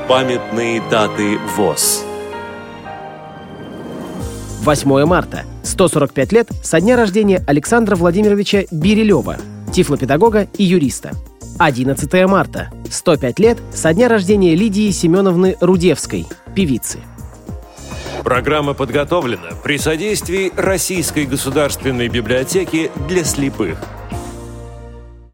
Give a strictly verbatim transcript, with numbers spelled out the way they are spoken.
Памятные даты ВОС. восьмое марта. сто сорок пять лет со дня рождения Александра Владимировича Бирилева, тифлопедагога и юриста. одиннадцатое марта. сто пять лет со дня рождения Лидии Семеновны Рудевской, певицы. Программа подготовлена при содействии Российской государственной библиотеки для слепых.